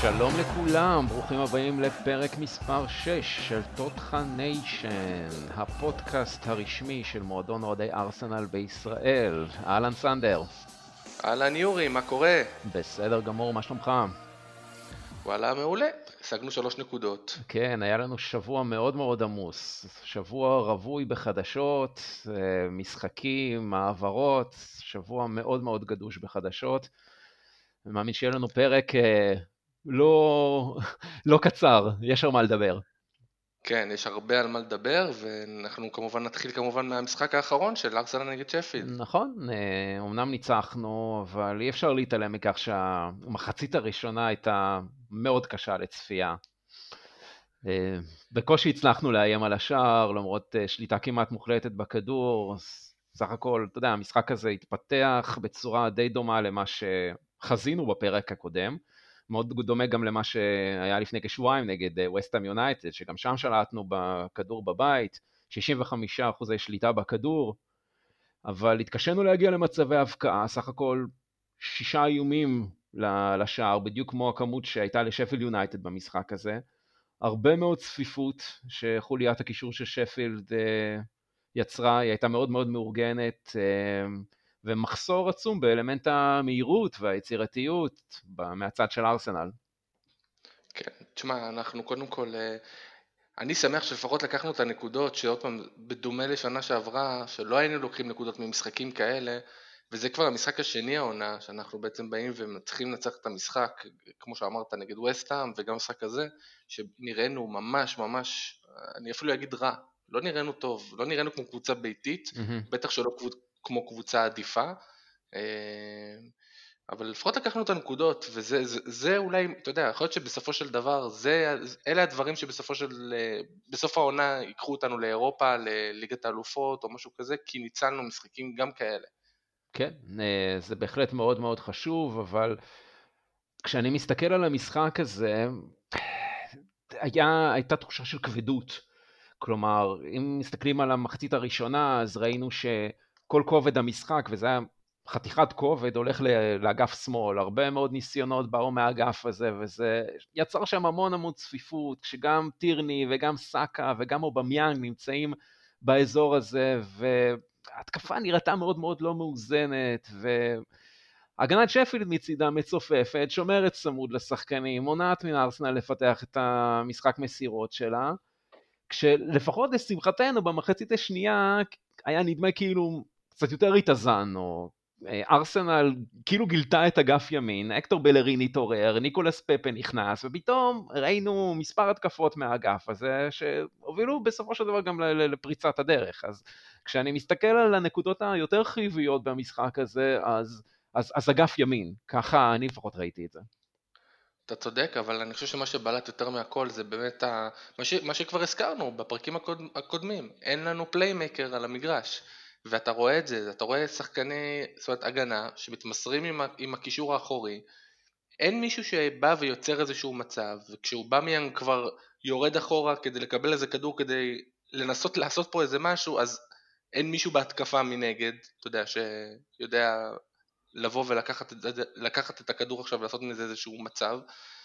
שלום לכולם, ברוכים הבאים לפרק מספר 6 של טוטחה ניישן, הפודקאסט הרשמי של מועדון אוהדי ארסנל בישראל. אהלן סנדר. אהלן יורי, מה קורה? בסדר גמור, מה שלומך? וואלה, מעולה. השגנו 3 נקודות. כן, היה לנו שבוע מאוד מאוד עמוס, שבוע רווי בחדשות, משחקים, העברות, שבוע מאוד מאוד גדוש בחדשות. אני מאמין שיהיה לנו פרק לא קצר, יש על מה לדבר. כן, יש הרבה על מה לדבר, ואנחנו כמובן נתחיל מהמשחק האחרון של ארסנל נגד שפילד. נכון, אומנם ניצחנו, אבל אי אפשר להתעלם מכך שהמחצית הראשונה הייתה מאוד קשה לצפייה. בקושי הצלחנו לאיים על השער, למרות שליטה כמעט מוחלטת בכדור. סך הכל, אתה יודע, המשחק הזה התפתח בצורה די דומה למה שחזינו בפרק הקודם. מאוד דומה גם למה שהיה לפני כשבועיים נגד וסטהאם יונייטד, שגם שם שלטנו בכדור בבית, 65% שליטה בכדור, אבל התקשינו להגיע למצבי הבקעה, סך הכל 6 איומים לשער, בדיוק כמו הכמות שהייתה לשפילד יונייטד במשחק הזה. הרבה מאוד צפיפות שחוליית הקישור של שפילד יצרה, היא הייתה מאוד מאוד מאורגנת, ומחסור עצום באלמנט המהירות והיצירתיות מהצד של ארסנל. כן, תשמע, אנחנו קודם כל, אני שמח שלפחות לקחנו את הנקודות, שעוד פעם, בדומה לשנה שעברה, שלא היינו לוקחים נקודות ממשחקים כאלה, וזה כבר המשחק השני העונה, שאנחנו בעצם באים ומצליחים לנצח את המשחק, כמו שאמרת, נגד וסטהאם, וגם המשחק הזה, שנראינו ממש ממש, אני אפילו אגיד רע, לא נראינו טוב, לא נראינו כמו קבוצה ביתית, בטח שלא כמו קבוצה עדיפה, אבל לפחות לקחנו את הנקודות, וזה אולי, אתה יודע, יכול להיות שבסופו של דבר, אלה הדברים בסוף העונה ייקחו אותנו לאירופה, לליגת האלופות או משהו כזה, כי ניצלנו משחקים גם כאלה. כן, זה בהחלט מאוד מאוד חשוב, אבל כשאני מסתכל על המשחק הזה, הייתה תחושה של כבדות. כלומר, אם מסתכלים על המחצית הראשונה, אז ראינו שכל כובד המשחק, וזה היה חתיכת כובד, הולך לאגף שמאל. הרבה מאוד ניסיונות באו מהאגף הזה, וזה יצר שם המון המון צפיפות, כשגם טירני וגם סאקה וגם אובמיאנג נמצאים באזור הזה, וההתקפה נראתה מאוד מאוד לא מאוזנת, הגנת שפילד מצידה מצופפת, שומרת צמוד לשחקנים, מונעת מן ארסנל לפתח את המשחק מסירות שלה, כשלפחות לשמחתנו במחצית השנייה היה נדמה כאילו קצת יותר התאזנו, ארסנל כאילו גילתה את אגף ימין, אקטור בלרין התעורר, ניקולס פפה נכנס, ופתאום ראינו מספר התקפות מהאגף הזה, שהובילו בסופו של דבר גם לפריצת הדרך. אז כשאני מסתכל על הנקודות היותר חיוביות במשחק הזה, אז אגף ימין, ככה אני לפחות ראיתי את זה. אתה צודק, אבל אני חושב שמה שבלט יותר מהכל זה באמת מה שכבר הזכרנו בפרקים הקודמים, אין לנו פליימקר על המגרש, ואתה רואה את זה, אתה רואה שחקני, זאת אומרת, הגנה שמתמסרים עם הקישור האחורי, אין מישהו שבא ויוצר איזשהו מצב, וכשהוא בא מיין כבר יורד אחורה כדי לקבל איזה כדור, כדי לנסות לעשות פה איזה משהו, אז אין מישהו בהתקפה מנגד, אתה יודע, שיודע לבוא ולקחת את הכדור עכשיו ולעשות מזה איזשהו מצב,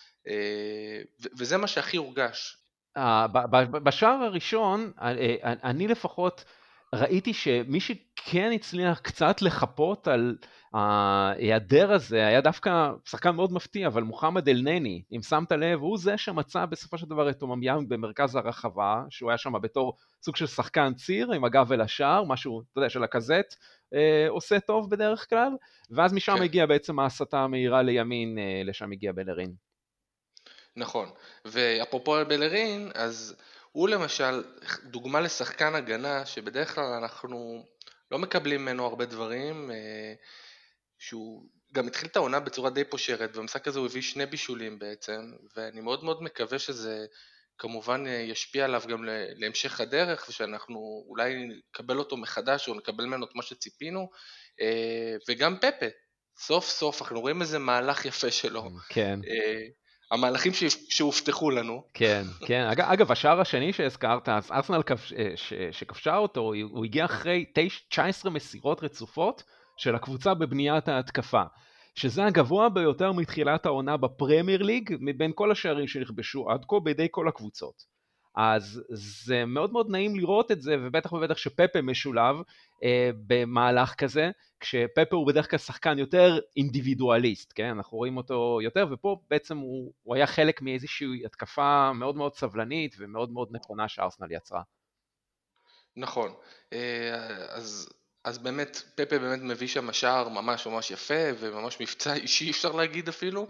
וזה מה שהכי הורגש. בשער הראשון, אני לפחות ראיתי שמי שכן הצליח קצת לחפות על ההיעדר הזה, היה דווקא שחקן מאוד מפתיע, אבל מוחמד אל-נני, אם שמת לב, הוא זה שמצא בסופו של דבר את אובמיאנג במרכז הרחבה, שהוא היה שם בתור סוג של שחקן ציר, עם הגב אל השער, משהו, אתה יודע, של הקזט, עושה טוב בדרך כלל, ואז משם הגיע בעצם ההסתה המהירה לימין, לשם הגיע בלרין. נכון, ואפרופו בלרין, אז הוא למשל דוגמה לשחקן הגנה שבדרך כלל אנחנו לא מקבלים ממנו הרבה דברים, שהוא גם התחיל את העונה בצורה די פושרת, ובמשחק הזה הוא הביא 2 בישולים בעצם, ואני מאוד מאוד מקווה שזה כמובן ישפיע עליו גם להמשך הדרך, ושאנחנו אולי נקבל אותו מחדש או נקבל ממנו את מה שציפינו, וגם פפה, סוף סוף אנחנו רואים איזה מהלך יפה שלו. כן. המהלכים שהובטחו לנו. כן, כן. אגב, השער השני שהזכרת, אז ארסנל שכבשה אותו, הוא הגיע אחרי 19 מסירות רצופות של הקבוצה בבניית ההתקפה. שזה הגבוה ביותר מתחילת העונה בפרמייר ליג, מבין כל השערים שנכבשו עד כה בידי כל הקבוצות. אז זה מאוד מאוד נעים לראות את זה, ובטח ובטח שפפה משולב במהלך כזה, כשפפה הוא בדרך כלל שחקן יותר אינדיבידואליסט, כן? אנחנו רואים אותו יותר, ופה בעצם הוא היה חלק מאיזושהי התקפה מאוד מאוד סבלנית, ומאוד מאוד נכונה שארסנל יצרה. נכון, אז באמת, פפה באמת מביא שם שער ממש ממש יפה, וממש מבצע אישי אפשר להגיד אפילו.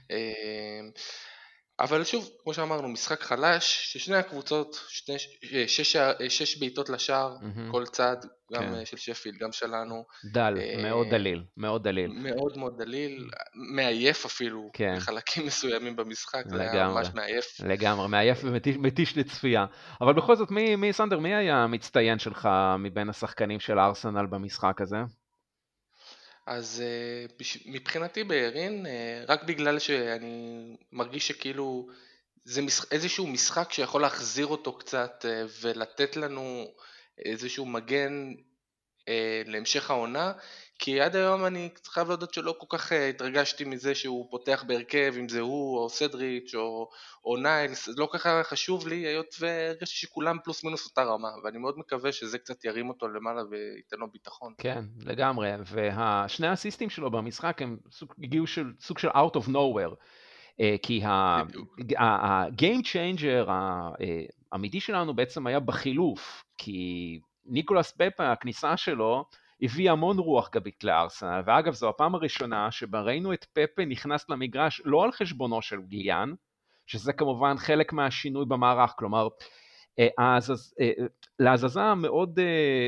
אבל שוב, כמו שאמרנו, משחק חלש, ששני הקבוצות, שש בעיטות לשער, כל צד, גם של שפילד, גם שלנו. דל, מאוד דליל, מאוד דליל. מאוד מאוד דליל, מעייף אפילו, כן. בחלקים מסוימים במשחק, זה היה לגמרי, ממש מעייף. לגמרי, מעייף ומתיש לצפייה. אבל בכל זאת, סנדר, מי היה המצטיין שלך מבין השחקנים של ארסנל במשחק הזה? אז מבחינתי בירין, רק בגלל שאני מרגיש שכאילו זה איזשהו משחק שיכול להחזיר אותו קצת ולתת לנו איזשהו מגן להמשך העונה, כי עד היום אני חייב להודות שלא כל כך התרגשתי מזה שהוא פותח בהרכב, אם זה הוא או סדריץ' או ניילס, לא ככה חשוב לי, היות והרגשתי שכולם פלוס מינוס אותה רמה, ואני מאוד מקווה שזה קצת ירים אותו למעלה וייתן לו ביטחון. כן, לגמרי, והשני האסיסטים שלו במשחק הם הגיעו סוג של out of nowhere, כי ה-game changer האמיתי שלנו בעצם היה בחילוף, כי ניקולס פפה, הכניסה שלו, הביא המון רוח גבית לארסנל, ואגב זו הפעם הראשונה שבה ראינו את פפה נכנס למגרש לא על חשבונו של גיליאן, שזה כמובן חלק מהשינוי במערך, כלומר, להזזה מאוד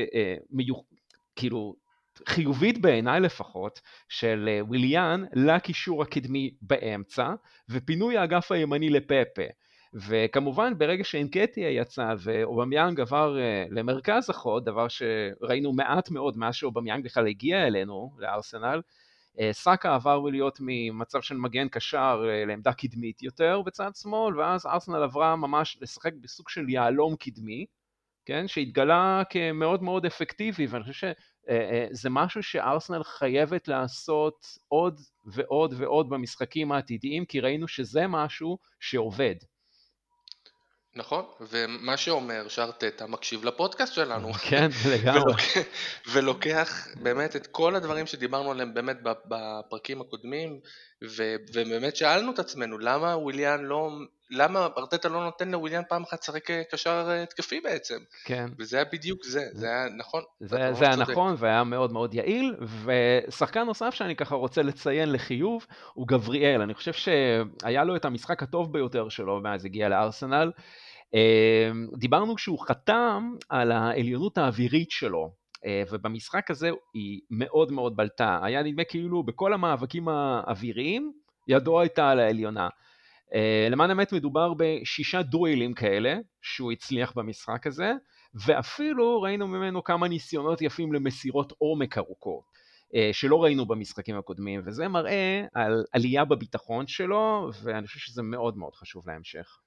כאילו חיובית בעיניי לפחות, של וויליאן לקישור הקדמי באמצע, ופינוי האגף הימני לפפה. וכמובן ברגע שאנקטיה יצא ואובמיאנג עבר למרכז החוד, דבר שראינו מעט מאוד מאז שאובמיאנג בכלל הגיע אלינו לארסנל, סאקה עבר להיות ממצב של מגן קשר לעמדה קדמית יותר בצד שמאל, ואז ארסנל עברה ממש לשחק בסוג של יעלום קדמי, כן, שהתגלה כמאוד מאוד אפקטיבי, ואני חושב שזה משהו שארסנל חייבת לעשות עוד ועוד ועוד במשחקים העתידיים, כי ראינו שזה משהו שעובד. נכון, ומה שאומר שארטטה מקשיב לפודקאסט שלנו. כן, לגמרי. ולוקח באמת את כל הדברים שדיברנו עליהם באמת בפרקים הקודמים, ובאמת שאלנו את עצמנו, למה ארטטה לא נותן לוויליאן פעם אחת לשחק קשר התקפי בעצם? כן. וזה היה בדיוק זה היה נכון. זה היה נכון והיה מאוד מאוד יעיל, ושחקן נוסף שאני ככה רוצה לציין לחיוב הוא גבריאל. אני חושב שהיה לו את המשחק הטוב ביותר שלו מאז הגיע לארסנל. דיברנו שהוא חתם על העליונות האווירית שלו, ובמשחק הזה היא מאוד מאוד בלטה. היה נדמה כאילו בכל המאבקים האוויריים ידו הייתה על העליונה. למען האמת מדובר ב6 דואלים כאלה שהוא הצליח במשחק הזה, ואפילו ראינו ממנו כמה ניסיונות יפים למסירות עומק ארוכות, שלא ראינו במשחקים הקודמים, וזה מראה על עלייה בביטחון שלו, ואני חושב שזה מאוד מאוד חשוב להמשך.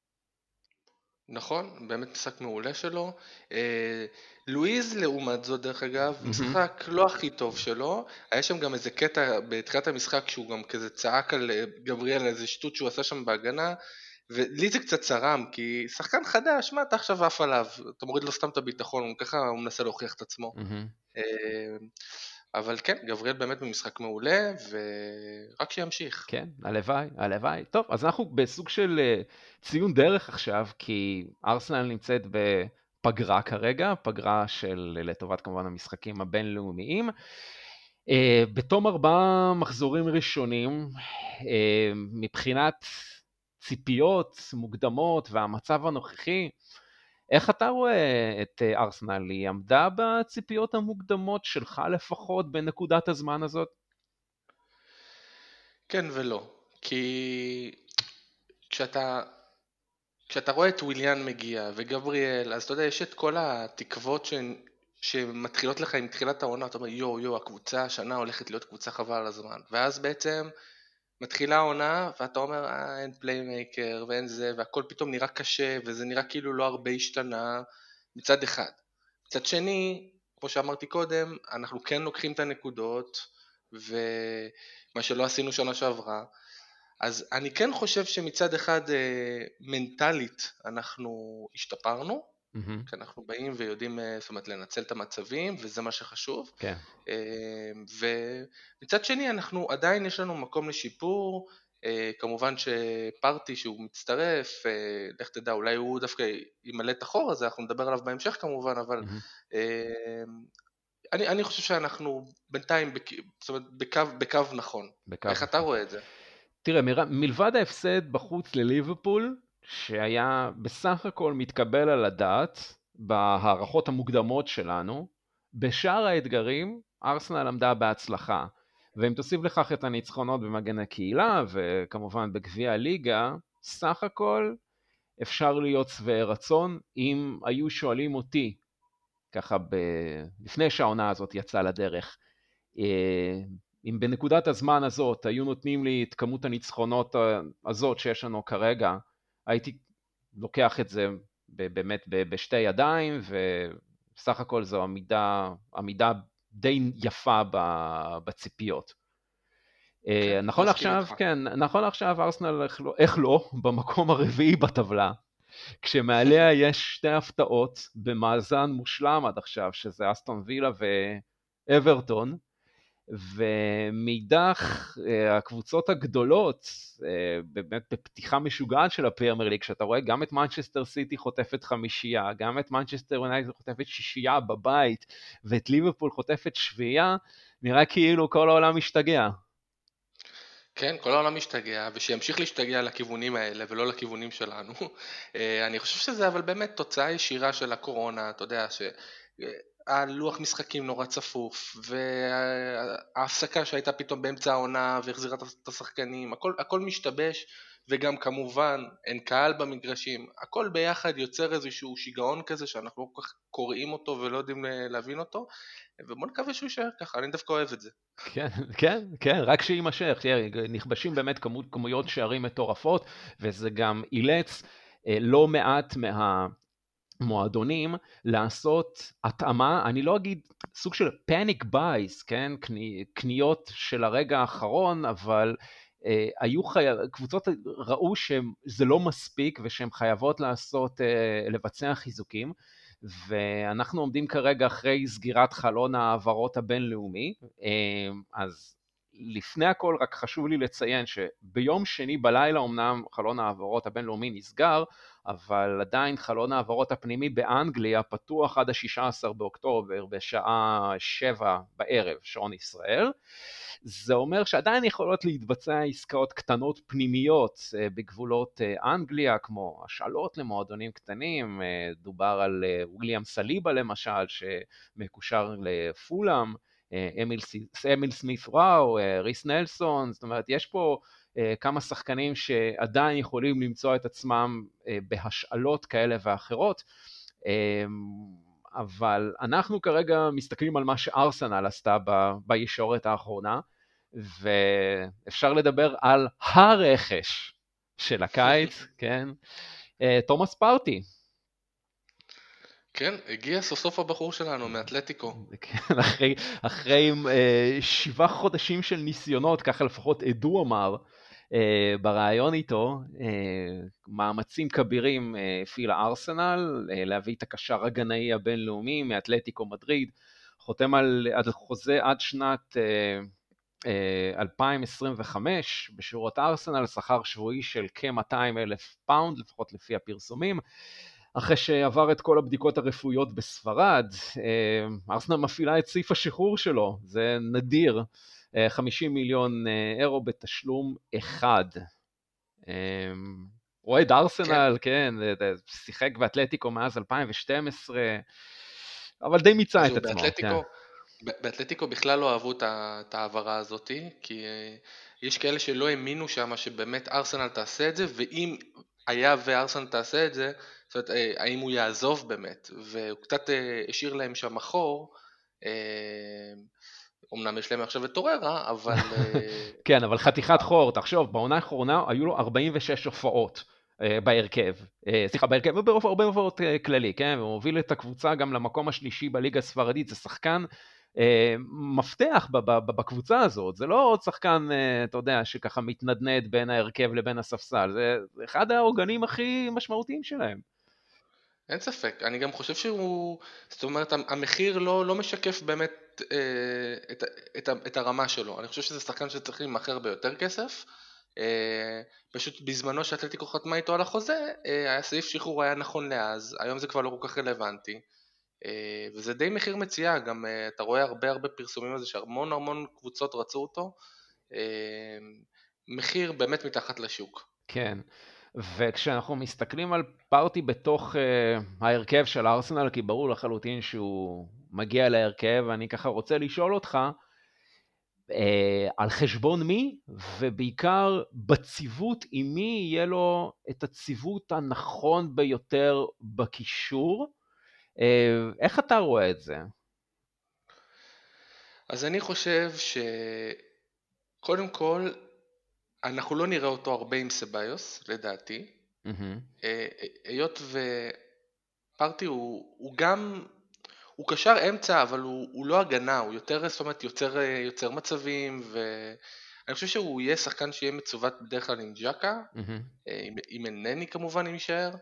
נכון, באמת משחק מעולה שלו. לואיז לעומת זאת דרך אגב, משחק לא הכי טוב שלו, היה שם גם איזה קטע בתחילת המשחק שהוא גם כזה צעק על גבריאל, איזה שטות שהוא עשה שם בהגנה, ולי זה קצת צרם, כי שחקן חדש, מה אתה עכשיו עף עליו? אתה מוריד לו סתם את הביטחון, ככה הוא מנסה להוכיח את עצמו. אבל כן, גבריאל באמת במשחק מעולה, ורק שימשיך. כן, הלוואי, הלוואי. טוב, אז אנחנו בסוג של ציון דרך עכשיו, כי ארסנל נמצאת בפגרה כרגע, פגרה של לטובת כמובן המשחקים הבינלאומיים. בתום 4 מחזורים ראשונים, מבחינת ציפיות מוקדמות והמצב הנוכחי, איך אתה רואה את ארסנל? היא עמדה בציפיות המוקדמות שלך לפחות בנקודת הזמן הזאת? כן ולא, כי כשאתה רואה את וויליאן מגיע וגבריאל, אז אתה יודע, יש את כל התקוות שמתחילות לך עם תחילת העונה, אתה אומר יו, הקבוצה השנה הולכת להיות קבוצה חבל על הזמן, ואז בעצם מתחילה העונה ואתה אומר אין פליימייקר ואין זה, והכל פתאום נראה קשה וזה נראה כאילו לא הרבה השתנה מצד אחד. מצד שני, כמו שאמרתי קודם, אנחנו כן לוקחים את הנקודות, ומה שלא עשינו שנה שעברה. אז אני כן חושב שמצד אחד מנטלית אנחנו השתפרנו, מהמם. כי אנחנו באים ויודעים, זאת אומרת, לנצל את המצבים, וזה מה שחשוב. כן. ומצד שני, אנחנו עדיין יש לנו מקום לשיפור. כמובן שפרטי שהוא מצטרף, לך תדע, אולי הוא דווקא ימלא את החור הזה, אנחנו נדבר עליו בהמשך כמובן, אבל מהמם. אני חושב שאנחנו בינתיים זאת אומרת, בקו נכון. בקו איך אתה נכון. רואה את זה? תראה, מלבד ההפסד בחוץ לליברפול, שהיה בסך הכל מתקבל על הדעת בהערכות המוקדמות שלנו, בשאר האתגרים ארסנל עמדה בהצלחה. ואם תוסיף לכך את הניצחונות במגן הקהילה, וכמובן בגביע הליגה, סך הכל אפשר להיות שבעי רצון. אם היו שואלים אותי, ככה לפני שהעונה הזאת יצאה לדרך, אם בנקודת הזמן הזאת היו נותנים לי את כמות הניצחונות הזאת שיש לנו כרגע, הייתי לוקח את זה באמת בשתי ידיים, וסך הכל זו עמידה די יפה בציפיות. כן, נכון מסכים עכשיו, איתך. כן, נכון עכשיו ארסנל איך לא, במקום הרביעי בטבלה, כשמעליה יש שתי הפתעות במאזן מושלם עד עכשיו, שזה אסטון וילה ואברטון, ומאידך הקבוצות הגדולות, באמת בפתיחה משוגעת של הפרמייר ליג, שאתה רואה גם את מנצ'סטר סיטי חוטפת 5, גם את מנצ'סטר יונייטד חוטפת 6 בבית, ואת ליברפול חוטפת 7, נראה כאילו כל העולם משתגע. כן, כל העולם משתגע, ושימשיך להשתגע לכיוונים האלה ולא לכיוונים שלנו. אני חושב שזה אבל באמת תוצאה ישירה של הקורונה, אתה יודע, שהלוח משחקים נורא צפוף, וההפסקה שהייתה פתאום באמצע העונה והחזירה את השחקנים, הכל משתבש, וגם כמובן אין קהל במגרשים, הכל ביחד יוצר איזשהו שיגעון כזה שאנחנו לא כל כך קוראים אותו ולא יודעים להבין אותו, ובוא נקווה שהוא יישאר ככה, אני דווקא אוהב את זה. כן, כן, כן, רק שיימשך, נכבשים באמת כמויות שערים מטורפות, וזה גם אילץ לא מעט מהמועדונים לעשות התאמה, אני לא אגיד סוג של panic buys, כן, קניות של הרגע האחרון, אבל קבוצות ראו שזה לא מספיק ושהן חייבות לבצע חיזוקים, ואנחנו עומדים כרגע אחרי סגירת חלון העברות הבינלאומי. אז לפני הכל רק חשוב לי לציין שביום שני בלילה אמנם חלון העברות הבינלאומי נסגר, אבל עדיין חלון העברות הפנימי באנגליה פתוח עד ה-16 באוקטובר בשעה 7 בערב, שעון ישראל. זה אומר שעדיין יכולות להתבצע עסקאות קטנות פנימיות בגבולות אנגליה, כמו השאלות למועדונים קטנים, דובר על וויליאם סליבה למשל, שמקושר לפולאם, אמיל סמית ראו, ריס נלסון, זאת אומרת, יש פה כמה שחקנים שעדיין יכולים למצוא את עצמם בהשאלות כאלה ואחרות, אבל אנחנו כרגע מסתכלים על מה שארסנל עשתה בישורת האחרונה, ואפשר לדבר על הרכש של הקיץ, כן? תומאס פארטי. כן, הגיע סוף סוף הבחור שלנו מאתלטיקו. כן, אחרי 7 חודשים של ניסיונות, ככה לפחות עדו אמר, ברעיון איתו, מאמצים כבירים הפעילה ארסנל, להביא את הקשר הגנאי הבינלאומי מאתלטיקו מדריד, חותם על חוזה עד שנת 2025, בשורות ארסנל, שכר שבועי של כ-200,000 פאונד, לפחות לפי הפרסומים, אחרי שעבר את כל הבדיקות הרפואיות בספרד. ארסנל מפעילה את סעיף השחרור שלו, זה נדיר, 50 מיליון אירו בתשלום אחד. אוהד ארסנל, כן, שיחק באתלטיקו מאז 2012, אבל די מיצה את עצמו. באתלטיקו בכלל לא אהבו את העברה הזאת, כי יש כאלה שלא האמינו שם שבאמת ארסנל תעשה את זה, ואם היה וארסנל תעשה את זה, זאת אומרת, האם הוא יעזוב באמת, והוא קצת השאיר להם שם חור, אמנם יש להם עכשיו את טוררה, אבל... כן, אבל חתיכת חור, תחשוב, בעונה האחרונה היו לו 46 הופעות בהרכב, סליחה, בהרכב, הרבה הופעות כללי, כן, הוא הוביל את הקבוצה גם למקום השלישי בליגה הספרדית, זה שחקן מפתח בקבוצה הזאת. זה לא עוד שחקן, אתה יודע, שככה מתנדנד בין ההרכב לבין הספסל, זה אחד העוגנים הכי משמעותיים שלהם. אין ספק, אני גם חושב שהוא, זאת אומרת, המחיר לא משקף באמת את הרמה שלו. אני חושב שזה שחקן שצריך להימכר ביותר כסף. פשוט בזמנו שאתלטיקו חתמה איתו על החוזה, הסעיף שחרור היה נכון לאז, היום זה כבר לא כל כך רלוונטי. וזה די מחיר מציאה, גם אתה רואה הרבה פרסומים על זה שהמון קבוצות רצו אותו. מחיר באמת מתחת לשוק. כן, וכשאנחנו מסתכלים על פארטי בתוך ההרכב של ארסנל, כי ברור לחלוטין שהוא מגיע להרכב, אני ככה רוצה לשאול אותך, על חשבון מי, ובעיקר בציוות, עם מי יהיה לו את הציוות הנכון ביותר בקישור. איך אתה רואה את זה? אז אני חושב שקודם כל, אנחנו לא נראה אותו הרבה עם סביוס, לדעתי. היות ופרטי הוא גם, הוא קשר אמצע, אבל הוא לא הגנה, הוא יותר, זאת אומרת, יוצר מצבים, ואני חושב שהוא יהיה שחקן שיהיה מצוות בדרך כלל עם ג'קה, עם אינני כמובן אם יישאר.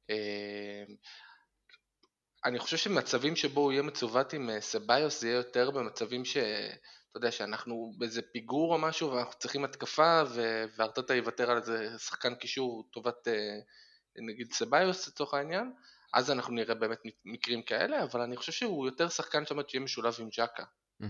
אני חושב שמצבים שבו הוא יהיה מצוות עם סביוס, זה יהיה יותר במצבים אתה יודע שאנחנו באיזה פיגור או משהו ואנחנו צריכים התקפה וארטטה יוותר על איזה שחקן קישור טובת נגיד סביוס לצורך העניין, אז אנחנו נראה באמת מקרים כאלה, אבל אני חושב שהוא יותר שחקן שם שיהיה משולב עם ג'קה.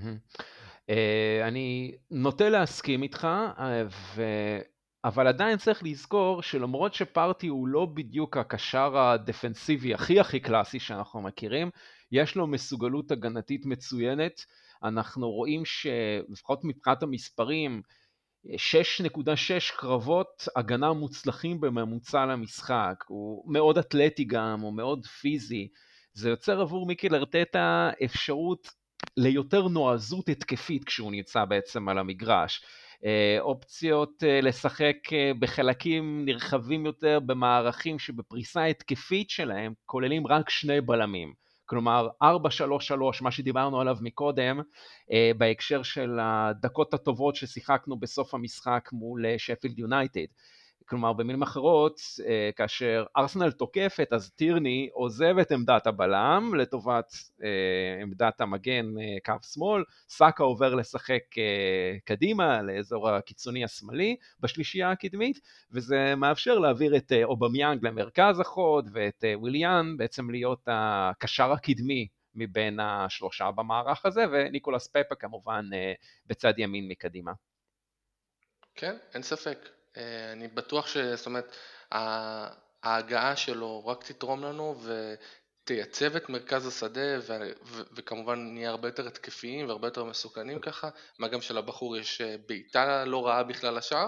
אני נוטה להסכים איתך, אבל עדיין צריך לזכור שלמרות שפארטי הוא לא בדיוק הקשר הדפנסיבי הכי קלאסי שאנחנו מכירים, יש לו מסוגלות הגנתית מצוינת. אנחנו רואים שלפחות מבחינת המספרים, 6.6 קרבות הגנה מוצלחים בממוצע למשחק, הוא מאוד אתלטי גם, הוא מאוד פיזי, זה יוצר עבור מיקל ארטטה אפשרות ליותר נועזות התקפית כשהוא נמצא בעצם על המגרש, אופציות לשחק בחלקים נרחבים יותר במערכים שבפריסה התקפית שלהם כוללים רק 2 בלמים, כלומר 4-3-3, מה שדיברנו עליו מקודם, בהקשר של הדקות הטובות ששיחקנו בסוף המשחק מול שפילד יונייטד. כלומר, במילים אחרות, כאשר ארסנל תוקפת, אז טירני עוזב את עמדת הבלם לטובת עמדת המגן קו שמאל, סאקה עובר לשחק קדימה לאזור הקיצוני השמאלי בשלישייה הקדמית, וזה מאפשר להעביר את אובמיאנג למרכז החוד ואת וויליאן בעצם להיות הקשר הקדמי מבין השלושה במערך הזה, וניקולס פפה כמובן בצד ימין מקדימה. כן, אין ספק. אני בטוח זאת אומרת, ההגעה שלו רק תתרום לנו ותייצב את מרכז השדה וכמובן נהיה הרבה יותר התקפיים והרבה יותר מסוכנים ככה, מה גם שלבחור יש בעיטה לא רעה בכלל לשער.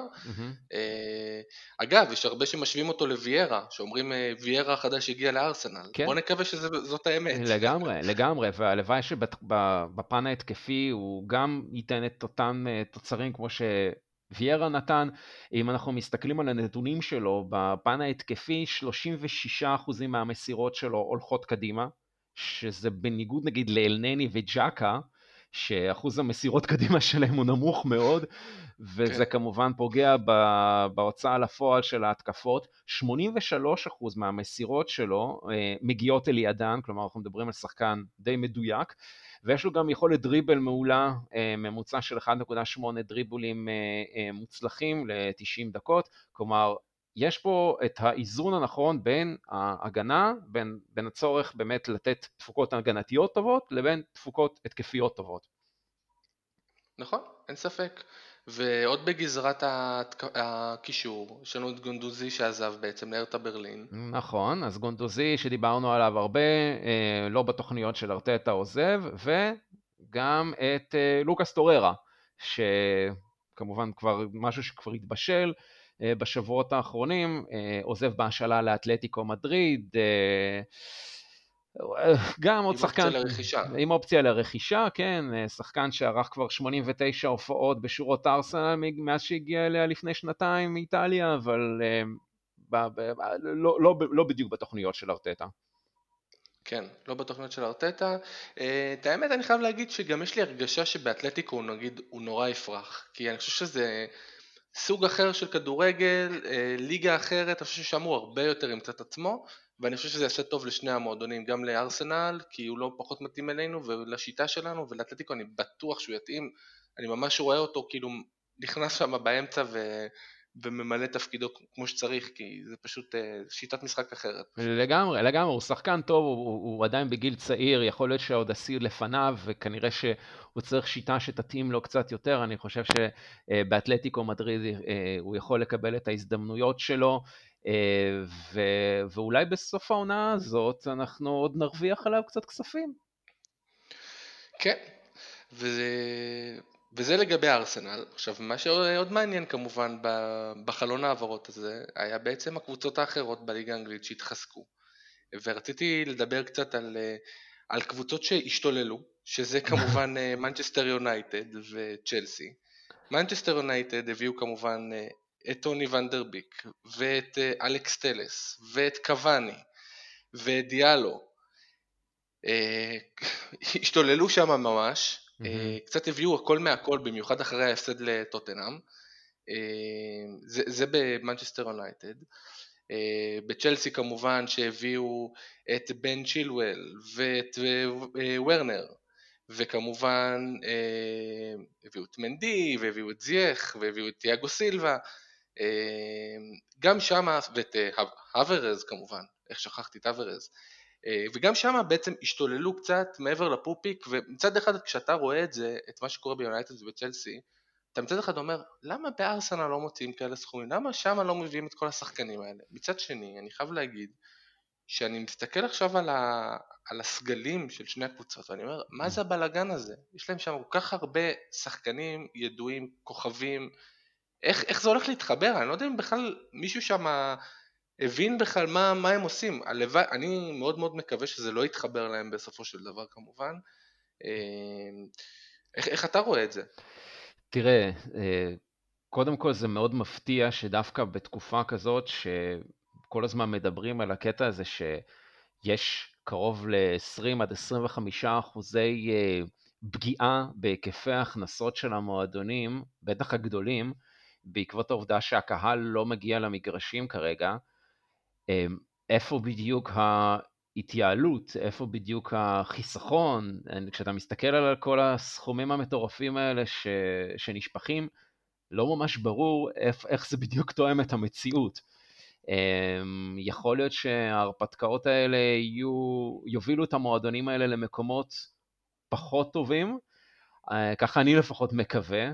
אגב, יש הרבה שמשווים אותו לוויירה, שאומרים ויירה החדש הגיע לארסנל. כן. בוא נקווה שזאת האמת. לגמרי, והלוואי שבפן ההתקפי הוא גם ייתן את אותם תוצרים כמו שוויירה נתן. אם אנחנו מסתכלים על הנתונים שלו, בפן ההתקפי 36% מהמסירות שלו הולכות קדימה, שזה בניגוד נגיד לאלנני וג'קה, שאחוז המסירות קדימה שלהם הוא נמוך מאוד, וזה כמובן פוגע בהוצאה לפועל של ההתקפות. 83% מהמסירות שלו מגיעות אל ידן, כלומר אנחנו מדברים על שחקן די מדויק, ויש לו גם יכולת דריבל מעולה, ממוצע של 1.8 דריבולים מוצלחים ל-90 דקות, כלומר יש פה את האיזון הנכון בין ההגנה, בין הצורך באמת לתת תפוקות הגנתיות טובות, לבין תפוקות התקפיות טובות. נכון, אין ספק. ועוד בגזרת הקישור, יש לנו את גונדוזי שעזב בעצם לארטה ברלין. נכון, אז גונדוזי שדיברנו עליו הרבה, לא בתוכניות של ארטטה עוזב, וגם את לוקאס טוררה, שכמובן כבר משהו שכבר התבשל בשבועות האחרונים, עוזב בהשאלה לאתלטיקו מדריד, גם עוד שחקן, עם אופציה לרכישה, כן, שחקן שערך כבר 89 הופעות בשורות ארסנל מאז שהגיע אליה לפני שנתיים מאיטליה, אבל לא בדיוק בתוכניות של ארטטה. כן, לא בתוכניות של ארטטה. את האמת אני חייב להגיד שגם יש לי הרגשה שבאתלטיקו נגיד הוא נורא יפרח, כי אני חושב שזה סוג אחר של כדורגל, ליגה אחרת, אני חושב ששם הוא הרבה יותר ימצא את עצמו, ואני חושב שזה יעשה טוב לשני המועדונים, גם לארסנל, כי הוא לא פחות מתאים אלינו, ולשיטה שלנו, ולאתלטיקו אני בטוח שהוא יתאים, אני ממש רואה אותו כאילו נכנס שם באמצע וממלא תפקידו כמו שצריך, כי זה פשוט שיטת משחק אחרת פשוט. לגמרי, לגמרי, הוא שחקן טוב, הוא עדיין בגיל צעיר, יכול להיות שעוד עשיר לפניו, וכנראה שהוא צריך שיטה שתתאים לו קצת יותר, אני חושב שבאתלטיקו מדריד הוא יכול לקבל את ההזדמנויות שלו, ואולי בסוף העונה הזאת אנחנו עוד נרוויח עליו קצת כספים. כן, וזה, וזה לגבי ארסנל. עכשיו, מה שעוד מעניין כמובן בחלון העברות הזה, היה בעצם הקבוצות האחרות בליגה האנגלית שהתחזקו. ורציתי לדבר קצת על קבוצות שהשתוללו, שזה כמובן מנצ'סטר יונייטד וצ'לסי. מנצ'סטר יונייטד הביאו כמובן את טוני ונדרביק, ואת אלכס טלס, ואת קוואני, ואת דיאלו. השתוללו שם ממש, קצת הביאו הכל מהכל, במיוחד אחרי ההפסד לטוטנהאם. זה במנצ'סטר יונייטד. בצ'לסי כמובן שהביאו את בן צ'ילואל ואת ורנר, וכמובן הביאו את מנדי והביאו את זייח והביאו את תיאגו סילבה, גם שמה, ואת הוורז כמובן, איך שכחתי את הוורז, וגם שמה בעצם השתוללו קצת מעבר לפופיק, ומצד אחד כשאתה רואה את זה, את מה שקורה ביונייטד ובצ'לסי, אתה מצד אחד אומר, למה בארסנל לא מוציאים כאלה סכומים? למה שם לא מביאים את כל השחקנים האלה? מצד שני, אני חייב להגיד, שאני מסתכל עכשיו על הסגלים של שני הקבוצות, ואני אומר, מה זה הבלגן הזה? יש להם שם כל כך הרבה שחקנים ידועים, כוכבים, איך זה הולך להתחבר? אני לא יודע אם בכלל מישהו שם הבין בכלל מה הם עושים. אני מאוד מאוד מקווה שזה לא יתחבר להם בסופו של דבר כמובן. איך אתה רואה את זה? תראה, קודם כל זה מאוד מפתיע שדווקא בתקופה כזאת שכל הזמן מדברים על הקטע הזה שיש קרוב ל-20 עד 25% פגיעה בהיקפי ההכנסות של המועדונים, בטח הגדולים, בעקבות העובדה שהקהל לא מגיע למגרשים כרגע. איפה בדיוק ההתייעלות, איפה בדיוק החיסכון, כשאתה מסתכל על כל הסכומים המטורפים האלה שנשפכים, לא ממש ברור איך זה בדיוק תואם את המציאות. יכול להיות שההרפתקאות האלה יובילו את המועדונים האלה למקומות פחות טובים, ככה אני לפחות מקווה.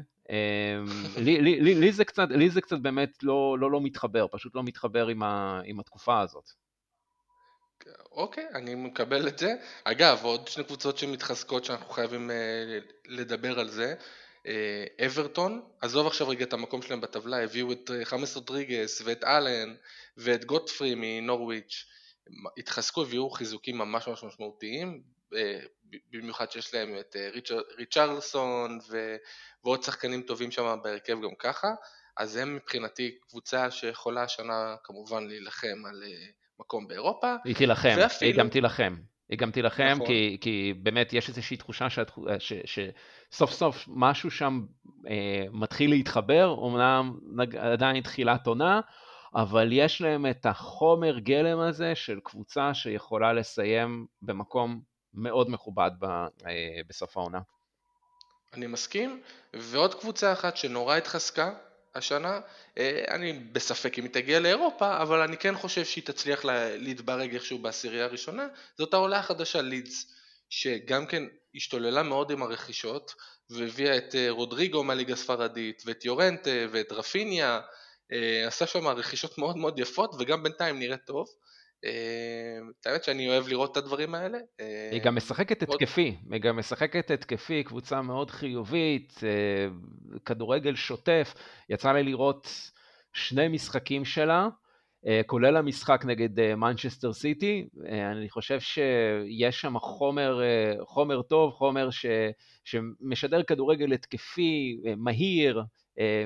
לי זה קצת באמת לא מתחבר, פשוט לא מתחבר עם התקופה הזאת. אוקיי, אני מקבל את זה. אגב, עוד שני קבוצות שמתחזקות שאנחנו חייבים לדבר על זה. אברטון, עזוב עכשיו רגע את המקום שלהם בטבלה, הביאו את חמאס רודריגס ואת אלן ואת גוטפרי מנורוויץ'. התחזקו, הביאו חיזוקים ממש ממש משמעותיים, במיוחד שיש להם את ריצ'רלסון ועוד שחקנים טובים שם בהרכב גם ככה. אז הם מבחינתי קבוצה שיכולה השנה כמובן להילחם על מקום באירופה. היא תילחם, ואפילו, היא גם תילחם, נכון, כי באמת יש איזושהי תחושה שסוף סוף משהו שם מתחיל להתחבר, אומנם עדיין תחילת עונה, אבל יש להם את החומר גלם הזה של קבוצה שיכולה לסיים במקום מאוד מכובד בסוף העונה. אני מסכים. ועוד קבוצה אחת שנורא התחזקה השנה, אני בספק אם היא תגיע לאירופה, אבל אני כן חושב שהיא תצליח להתברג איכשהו בעשירייה הראשונה, זאת העולה החדשה לידס, שגם כן השתוללה מאוד עם הרכישות, והביאה את רודריגו מהליגה הספרדית, ואת יורנטה, ואת רפיניה, עשה שם רכישות מאוד מאוד יפות, וגם בינתיים נראה טוב. האמת שאני אוהב לראות את הדברים האלה. היא גם משחקת התקפי, קבוצה מאוד חיובית, כדורגל שוטף. יצא לי לראות שני משחקים שלה, כולל המשחק נגד מנצ'סטר סיטי. אני חושב שיש שם חומר טוב, חומר שמשדר כדורגל התקפי, מהיר,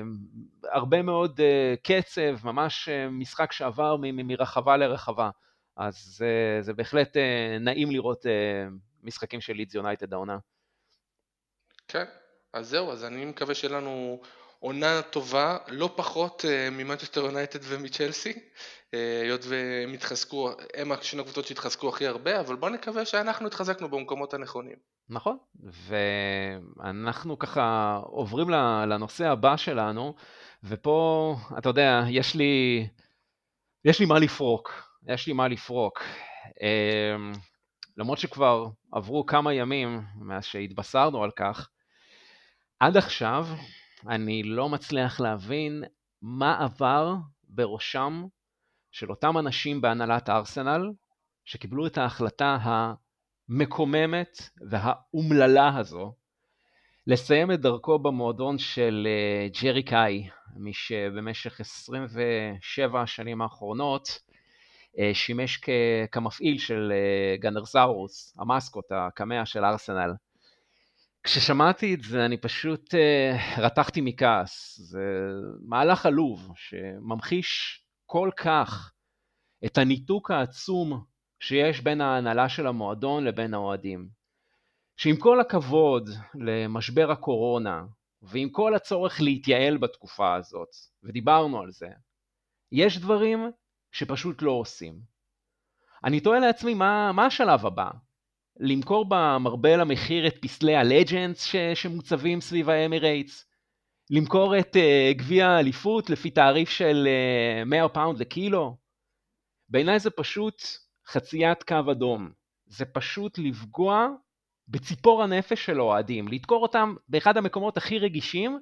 הרבה מאוד קצב, ממש משחק שעבר מרחבה לרחבה. אז זה בהחלט נעים לראות משחקים של לידס יונייטד העונה. כן, אז זהו, אז אני מקווה שיהיה לנו עונה טובה, לא פחות ממנצ'סטר יונייטד ומצ'לסי, היות והם התחזקו, הם שני הקבוצות שהתחזקו הכי הרבה, אבל בוא נקווה שאנחנו התחזקנו במקומות הנכונים. נכון, ואנחנו ככה עוברים לנושא הבא שלנו, ופה, אתה יודע, יש לי מה לפרוק, יש לי מה לפרוק. למרות שכבר עברו כמה ימים מאז שהתבשרנו על כך, עד עכשיו אני לא מצליח להבין מה עבר בראשם של אותם אנשים בהנהלת ארסנל, שקיבלו את ההחלטה המקוממת והאומללה הזו, לסיים את דרכו במועדון של ג'רי קאי, מי שבמשך 27 השנים האחרונות שימש כמפעיל של גנרזאורוס, המסקוט, הקמע של ארסנל. כששמעתי את זה אני פשוט רתחתי מכעס. זה מהלך עלוב שממחיש כל כך את הניתוק העצום שיש בין ההנהלה של המועדון לבין האוהדים. שעם כל הכבוד למשבר הקורונה, ועם כל הצורך להתייעל בתקופה הזאת, ודיברנו על זה, יש דברים שפשוט לא עושים. אני תוהה לעצמי מה השלב הבא? למכור במרבה למחיר את פסלי הלג'נדס שמוצבים סביב האמירייטס? למכור את גביע האליפות לפי תעריף של 100 פאונד לקילו? בעיניי זה פשוט חציית קו אדום. זה פשוט לפגוע בציפור הנפש של אוהדים, לדקור אותם באחד המקומות הכי רגישים,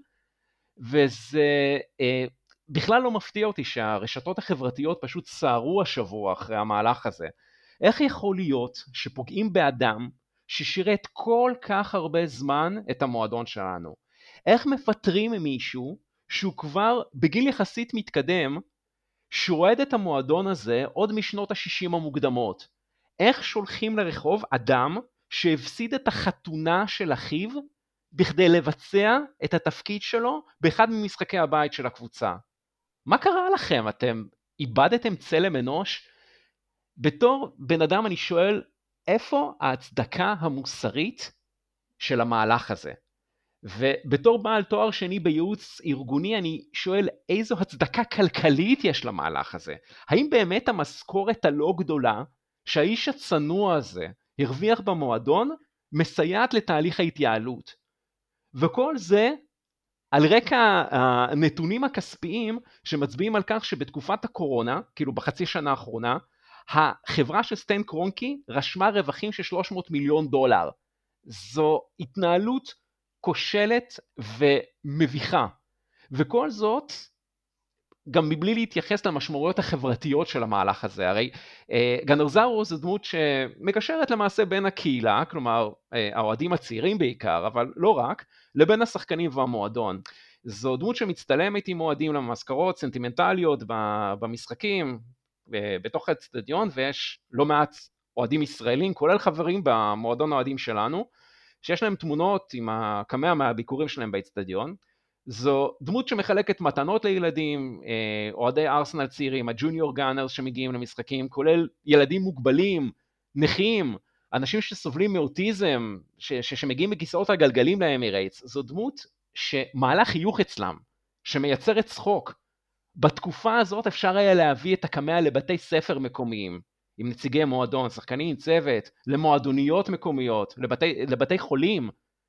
וזה בכלל לא מפתיע אותי שהרשתות החברתיות פשוט סערו השבוע אחרי המהלך הזה. איך יכול להיות שפוגעים באדם ששירת כל כך הרבה זמן את המועדון שלנו? איך מפטרים מישהו שהוא כבר בגיל יחסית מתקדם, שועד את המועדון הזה עוד משנות ה-60 המוקדמות? איך שולחים לרחוב אדם שהפסיד את החתונה של אחיו בכדי לבצע את התפקיד שלו באחד ממשחקי הבית של הקבוצה? מה קרה לכם? אתם איבדתם צלם אנוש? בתור בן אדם אני שואל, איפה ההצדקה המוסרית של המהלך הזה? ובתור בעל תואר שני בייעוץ ארגוני אני שואל, איזו הצדקה כלכלית יש למהלך הזה? האם באמת המשכורת הלא גדולה שהאיש הצנוע הזה הרוויח במועדון מסייעת לתהליך ההתייעלות? וכל זה על רקע הנתונים הכספיים שמצביעים על כך שבתקופת הקורונה, כאילו בחצי שנה האחרונה, החברה של סטן קרונקי רשמה רווחים של $300 מיליון. זו התנהלות כושלת ומביכה. וכל זאת, גם מבלי להתייחס למשמעויות החברתיות של המהלך הזה. הרי גנרזאורוס זו דמות שמקשרת למעשה בין הקהילה, כלומר האוהדים הצעירים בעיקר, אבל לא רק, לבין השחקנים והמועדון. זו דמות שמצטלמת עם אוהדים למזכרות סנטימנטליות במשחקים, בתוך האצטדיון, ויש לא מעט אוהדים ישראלים, כולל חברים במועדון האוהדים שלנו, שיש להם תמונות עם כמה מהביקורים שלהם באצטדיון. זו דמות שמחלקת מתנות לילדים, אוהדי ארסנל צעירים, הג'וניור גאנרס שמגיעים למשחקים, כולל ילדים מוגבלים, נכים, אנשים שסובלים מאוטיזם, שמגיעים בכיסאות הגלגלים לאמירייטס. זו דמות שמעלה חיוך אצלם, שמייצרת צחוק. בתקופה הזאת אפשר היה להביא את הקמע לבתי ספר מקומיים, עם נציגי מועדון, שחקנים, צוות, למועדוניות מקומיות, לבתי חולים.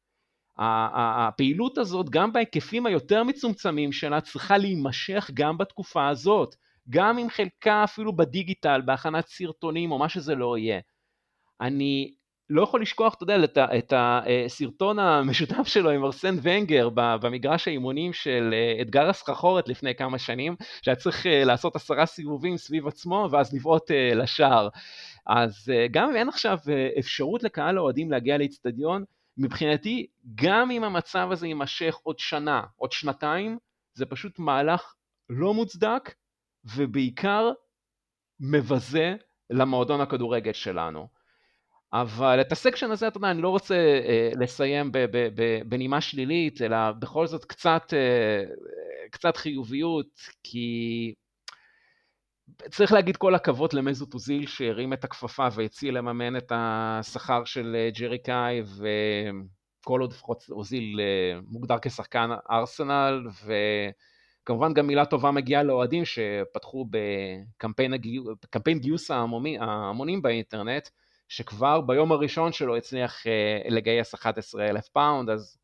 הפעילות הזאת, גם בהיקפים היותר מצומצמים שלה, צריכה להימשך גם בתקופה הזאת, גם עם חלקה אפילו בדיגיטל, בהכנת סרטונים או מה שזה לא יהיה. אני לא יכול לשכוח, אתה יודע, את הסרטון המשותף שלו עם ארסן ונגר במגרש האימונים של אתגר הסחרחורת לפני כמה שנים, שהיה צריך לעשות 10 סיבובים סביב עצמו ואז לבעוט לשער. אז גם אם אין עכשיו אפשרות לקהל האוהדים להגיע לאצטדיון, מבחינתי גם אם המצב הזה יימשך עוד שנה, עוד שנתיים, זה פשוט מהלך לא מוצדק ובעיקר מבזה למועדון הכדורגל שלנו. אבל את הסקשן הזה, אתה יודע, אני לא רוצה לסיים בנימה שלילית, אלא בכל זאת קצת חיוביות, כי צריך להגיד כל הכבוד למזות אוזיל שהרים את הכפפה והציע לממן את השכר של ג'רי קאי, וכל עוד לפחות אוזיל מוגדר כשחקן ארסנל, וכמובן גם מילה טובה מגיעה לאוהדים שפתחו בקמפיין גיוס ההמונים באינטרנט, שכבר ביום הראשון שלו הצליח לגייס 11,000 פאונד, אז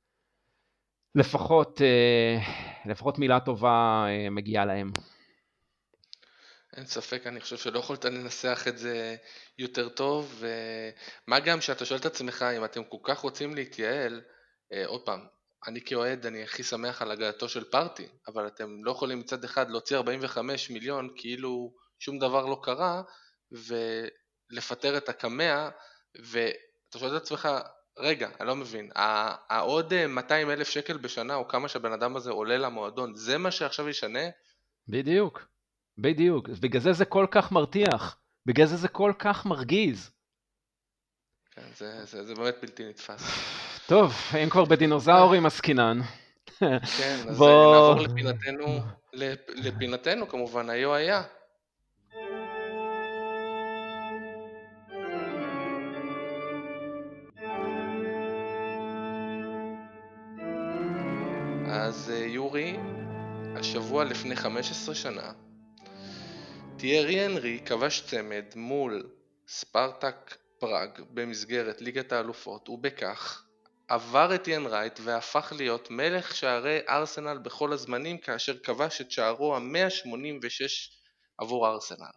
לפחות מילה טובה מגיעה להם. אין ספק, אני חושב שלא יכולת לנסח את זה יותר טוב, ומה גם שאתה שואל את עצמך אם אתם כל כך רוצים להתייעל, עוד פעם, אני כאוהד אני הכי שמח על הגעתו של פארטי, אבל אתם לא יכולים מצד אחד להוציא 45 מיליון כאילו שום דבר לא קרה, ולפטר את הקמע, ואתה שואל את עצמך, רגע, אני לא מבין, העוד 200 אלף שקל בשנה, או כמה שהבן אדם הזה עולה למועדון, זה מה שעכשיו ישנה? בדיוק, בדיוק. בגלל זה כל כך מרתיח, בגלל זה כל כך מרגיז. כן, זה באמת בלתי נתפס. טוב, אם כבר בדינוזאורים עסקינן. כן, אז בוא... נעבור לפינתנו כמובן, היה. אז יורי, השבוע לפני 15 שנה, תיארי אנרי כבש צמד מול ספרטק פראג במסגרת ליגת האלופות, ובכך עבר את איאן רייט והפך להיות מלך שערי ארסנל בכל הזמנים, כאשר כבש את שערו ה-186 עבור ארסנל.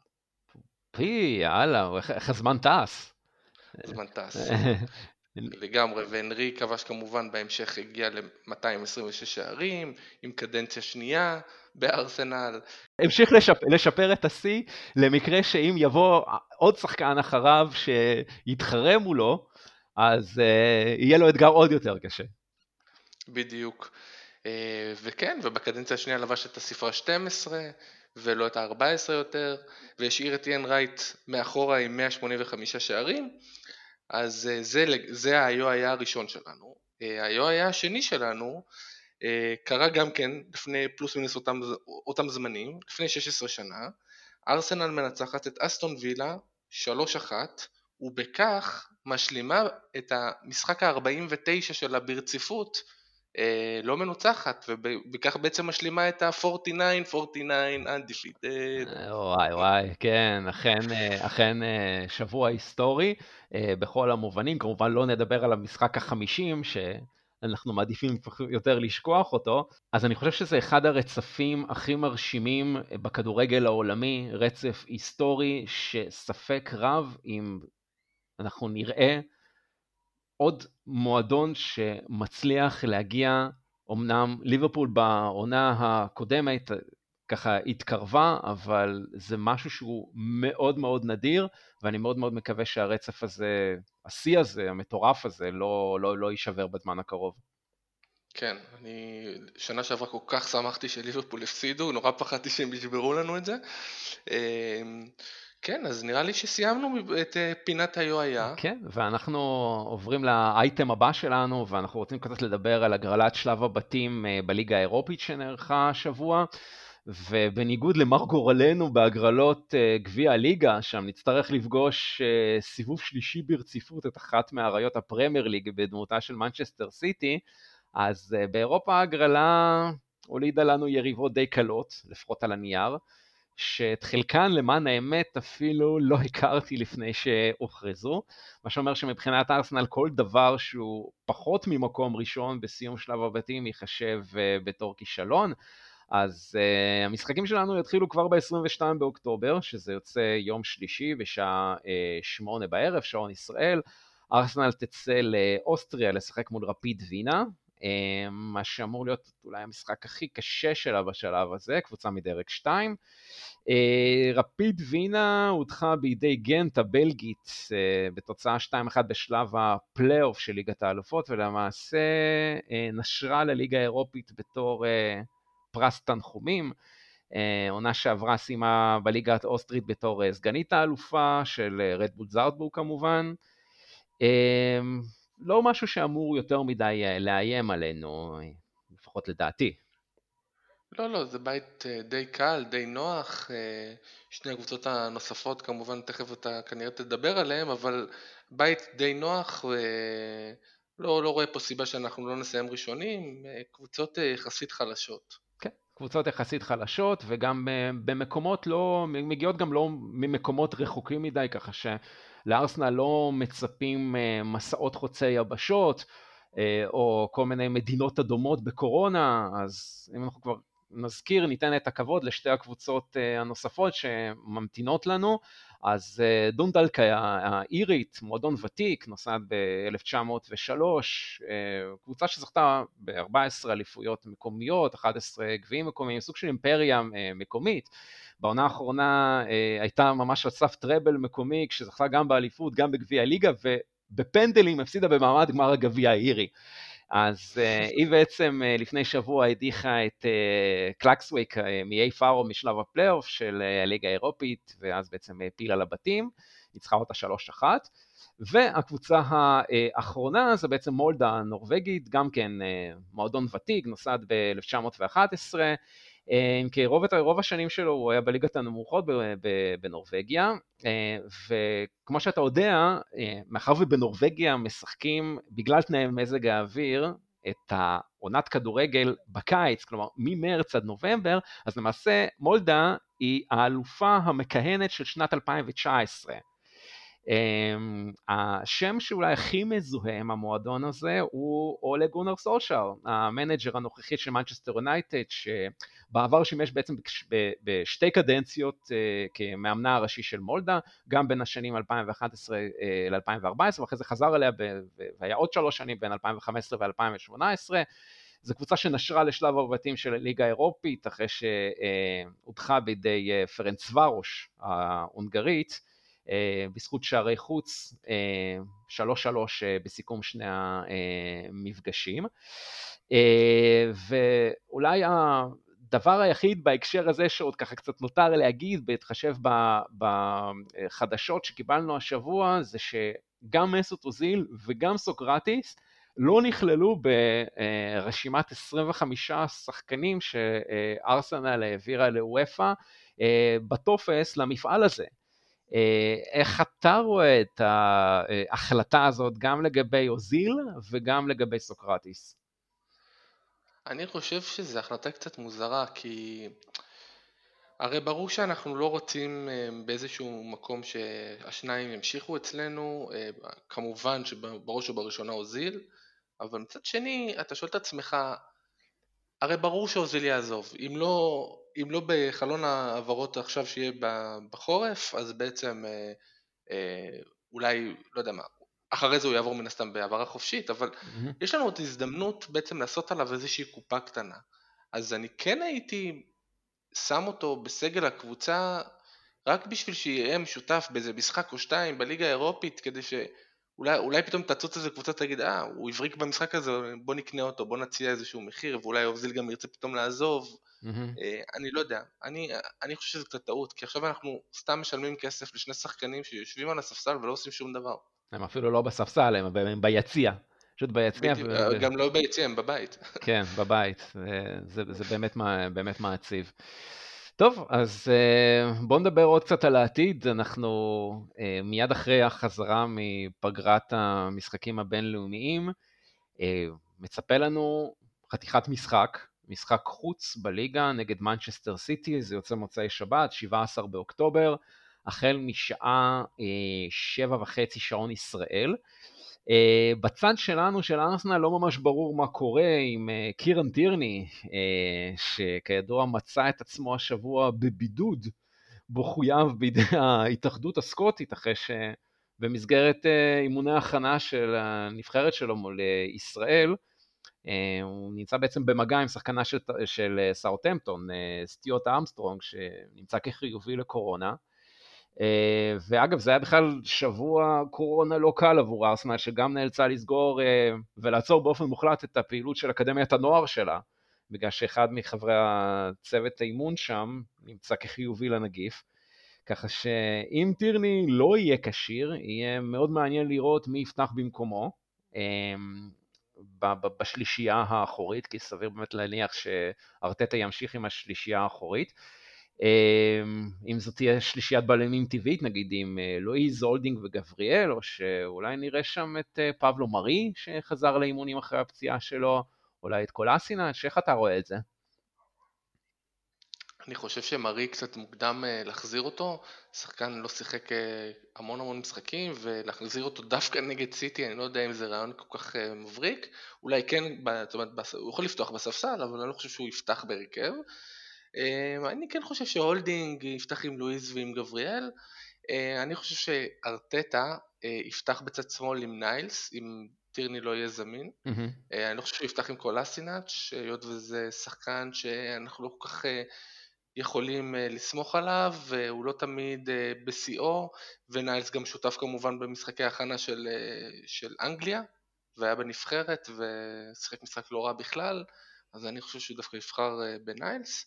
יאללה, איך הזמן טס. זמן טס. לגמרי, ואנרי כבש כמובן בהמשך הגיע ל-226 שערים, עם קדנציה שנייה בארסנל. המשיך לשפר את השיא, למקרה שאם יבוא עוד שחקן אחריו שיתחרה מולו, אז יהיה לו אתגר עוד יותר קשה. בדיוק. וכן, ובקדנציה השנייה לבש את הספרה 12, ולא את ה-14 יותר, והשאיר את איאן רייט מאחורה עם 185 שערים. אז זה היה הראשון שלנו. היה השני שלנו, קרה גם כן לפני פלוס מינוס אותם זמנים, לפני 16 שנה, ארסנל מנצחת את אסטון וילה 3-1, ובכך משלימה את המשחק ה-49 שלה ברציפות לא מנוצחת, ובכך בעצם משלימה את ה-49 undefeated. וואי, כן, אכן שבוע היסטורי בכל המובנים. כמובן לא נדבר על המשחק ה-50 שאנחנו מעדיפים יותר לשכוח אותו. אז אני חושב שזה אחד הרצפים הכי מרשימים בכדורגל העולמי, רצף היסטורי שספק רב אם אנחנו נראה עוד מועדון שמצליח להגיע. אמנם ליברפול בעונה הקודמת ככה התקרבה, אבל זה משהו שהוא מאוד מאוד נדיר, ואני מאוד מאוד מקווה שהרצף הזה, השיא הזה, המטורף הזה, לא יישבר בזמן הקרוב. כן, אני שנה שעברה כל כך שמחתי שליברפול הפסידו, נורא פחדתי שהם ישברו לנו את זה. כן, אז נראה לי שסיימנו את פינת היה. כן, ואנחנו עוברים לאייטם הבא שלנו, ואנחנו רוצים קצת לדבר על הגרלת שלב הבתים בליגה האירופית שנערכה השבוע, ובניגוד למר גורלנו בהגרלות גביע הליגה, שם נצטרך לפגוש סיבוב שלישי ברציפות את אחת מאריות הפרמייר ליג בדמותה של מנצ'סטר סיטי, אז באירופה ההגרלה הולידה לנו יריבות די קלות, לפחות על הנייר, שאת חלקן למען האמת אפילו לא הכרתי לפני שהוכרזו, מה שאומר שמבחינת ארסנל כל דבר שהוא פחות ממקום ראשון בסיום שלב הבתים ייחשב בתור כישלון. אז המשחקים שלנו יתחילו כבר ב-22 באוקטובר, שזה יוצא יום שלישי בשעה 8 בערב, שעון ישראל. ארסנל תצא לאוסטריה לשחק מול רפיד וינה, מה שאמור להיות אולי המשחק הכי קשה שלה בשלב הזה, קבוצה מדרג 2. רפיד וינה הודחה בידי גנט הבלגית בתוצאה 2-1 בשלב הפלייאוף של ליגת האלופות, ולמעשה נשרה לליגה האירופית בתור פרס תנחומים. עונה שעברה סיימה בליגה האוסטרית בתור סגנית האלופה של רדבול זאלצבורג כמובן. לא משהו שאמור יותר מדי לאיים עלינו, לפחות לדעתי. לא, לא, זה בית די קל, די נוח. שני הקבוצות הנוספות, כמובן, תכף אתה כנראה תדבר עליהם, אבל בית די נוח, ולא רואה פה סיבה שאנחנו לא נסיים ראשונים. קבוצות יחסית חלשות. כן, קבוצות יחסית חלשות, וגם במקומות לא, מגיעות גם לא ממקומות רחוקים מדי, ככה שלארסנל לא מצפים מסעות חוצי יבשות, או כל מיני מדינות אדומות בקורונה, אז אם אנחנו כבר נזכיר, ניתן את הכבוד לשתי הקבוצות הנוספות שממתינות לנו. אז דונדלק האירית, מועדון ותיק, נוסד ב-1903, קבוצה שזכתה ב-14 אליפויות מקומיות, 11 גביעים מקומיים, סוג של אימפריה מקומית. בעונה האחרונה הייתה ממש על סף טראבל מקומי, כשזכתה גם באליפות, גם בגביע הליגה, ובפנדלים הפסידה במעמד גמר הגביע האירי. אז היא בעצם לפני שבוע הדיחה את קלקסוויק מאי פארו משלב הפלייאוף של הליגה האירופית, ואז בעצם העפילה לבתים, ניצחה אותה 3-1, והקבוצה האחרונה זה בעצם מולדה הנורווגית, גם כן מועדון ותיק, נוסד ב-1911, כי רוב השנים שלו הוא היה בליגת הנמוכות בנורווגיה, וכמו שאתה יודע, מאחר ובנורווגיה משחקים בגלל תנאי מזג האוויר את העונת כדורגל בקיץ, כלומר ממרץ עד נובמבר, אז למעשה מולדה היא האלופה המכהנת של שנת 2019. השם שאולי הכי מזוהה עם המועדון הזה הוא אולה גונר סולשר, המנג'ר הנוכחי של מנצ'סטר יונייטד, שבעבר שימש בעצם בשתי קדנציות כמאמנה הראשי של מולדה, גם בין השנים 2011 ל-2014, ואחרי זה חזר אליה והיה עוד 3 שנים בין 2015 ו-2018. זו קבוצה שנשרה לשלב הבתים של הליגה האירופית, אחרי שהודחה בידי פרנצוורוש ההונגרית, בזכות שערי חוץ, 3-3 בסיכום שני המפגשים. ואולי הדבר היחיד בהקשר הזה שעוד ככה קצת נותר להגיד, בהתחשב בחדשות שקיבלנו השבוע, זה שגם מסות אוזיל וגם סוקרטיס לא נכללו ברשימת 25 שחקנים שארסנל העבירה לאוופא בטופס למפעל הזה. איך אתה רואה את ההחלטה הזאת גם לגבי אוזיל וגם לגבי סוקרטיס? אני חושב שזו החלטה קצת מוזרה, כי הרי ברור שאנחנו לא רוצים באיזשהו מקום שהשניים ימשיכו אצלנו, כמובן שבראש ובראשונה אוזיל, אבל מצד שני אתה שואל את עצמך, הרי ברור שאוזיל יעזוב, אם לא בחלון העברות עכשיו שיהיה בחורף, אז בעצם אולי, לא יודע מה, אחרי זה הוא יעבור מן הסתם בעברה חופשית, אבל יש לנו עוד הזדמנות בעצם לעשות עליו איזושהי קופה קטנה. אז אני כן הייתי שם אותו בסגל הקבוצה רק בשביל שיהיה משותף באיזה משחק או 2 בליגה האירופית, כדי שאולי פתאום תצוץ איזה קבוצה תגיד, הוא הבריק במשחק הזה, בוא נקנה אותו, בוא נציע איזשהו מחיר, ואולי אוזיל גם ירצה פתאום לעזוב. אני לא יודע, אני חושב שזה קצת טעות, כי עכשיו אנחנו סתם משלמים כסף לשני שחקנים שיושבים על הספסל ולא עושים שום דבר. הם אפילו לא בספסל, הם ביציע. פשוט ביציע. גם לא ביציע, הם בבית. כן, בבית. זה באמת מעציב. טוב, אז בואו נדבר עוד קצת על העתיד. אנחנו מיד אחרי החזרה מפגרת המשחקים הבינלאומיים, מצפה לנו חתיכת משחק חוץ בליגה נגד מנצ'סטר סיטי, זה יוצא מוצאי שבת, 17 באוקטובר, החל משעה 7:30 שעון ישראל. בצד שלנו של ארסנל לא ממש ברור מה קורה עם קירן טירני, שכידוע מצא את עצמו השבוע בבידוד, בו חויב בידי ההתאחדות הסקוטית, אחרי שבמסגרת אימוני ההכנה של הנבחרת שלו מול ישראל, הוא נמצא בעצם במגע עם שחקנה של סאות'המפטון, סטיוארט ארמסטרונג, שנמצא כחיובי לקורונה. ואגב, זה היה בכלל שבוע קורונה לא קל עבור ארסנל, שגם נאלצה לסגור ולעצור באופן מוחלט את הפעילות של אקדמיית הנוער שלה, בגלל שאחד מחברי הצוות האימון שם נמצא כחיובי לנגיף. ככה שאם טירני לא יהיה כשיר, יהיה מאוד מעניין לראות מי יפתח במקומו. בשלישייה האחורית, כי סביר באמת להניח שארטטה ימשיך עם השלישייה האחורית. אם זאת תהיה שלישיית בלמים טבעית, נגיד עם לואיז, הולדינג וגבריאל, או שאולי נראה שם את פבלו מרי, שחזר לאימונים אחרי הפציעה שלו, אולי את קולאסינאץ', איך אתה רואה את זה? אני חושב שמרי קצת מוקדם להחזיר אותו, שחקן לא שיחק המון משחקים, ולהחזיר אותו דווקא נגד סיטי, אני לא יודע אם זה רעיון כל כך מבריק, אולי כן, זאת אומרת, הוא יכול לפתוח בספסל, אבל אני לא חושב שהוא יפתח בהרכב. אני כן חושב שהולדינג יפתח עם לואיז ועם גבריאל, אני חושב שארטטה יפתח בצד שמאל עם ניילס, אם טירני לא יהיה זמין. אני לא חושב שהוא יפתח עם קולאסינאץ', היות וזה שחקן שאנחנו לא כל כך יכולים לסמוך עליו, והוא לא תמיד בשיאו, וניילס גם שותף כמובן במשחקי ההכנה של אנגליה, והיה בנבחרת, ושיחק משחק לא רע בכלל, אז אני חושב שהוא דווקא יבחר בניילס.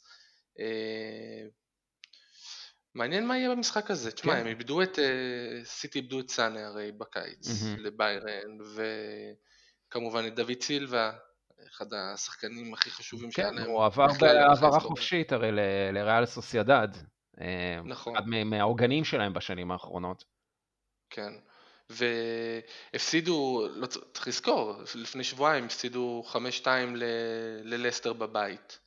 מעניין מה יהיה במשחק הזה. תשמע, הם איבדו את סיטי, איבדו את סאנה הרי בקיץ לביירן, וכמובן את דוד סילבה, אחד השחקנים הכי חשובים שהיה להם. כן, הוא עבר בעברה חופשית הרי לריאל סוסיידד. נכון. אחד מהעוגנים שלהם בשנים האחרונות. כן, והפסידו, לא צריך לזכור, לפני שבועיים הפסידו 5-2 ללסטר בבית.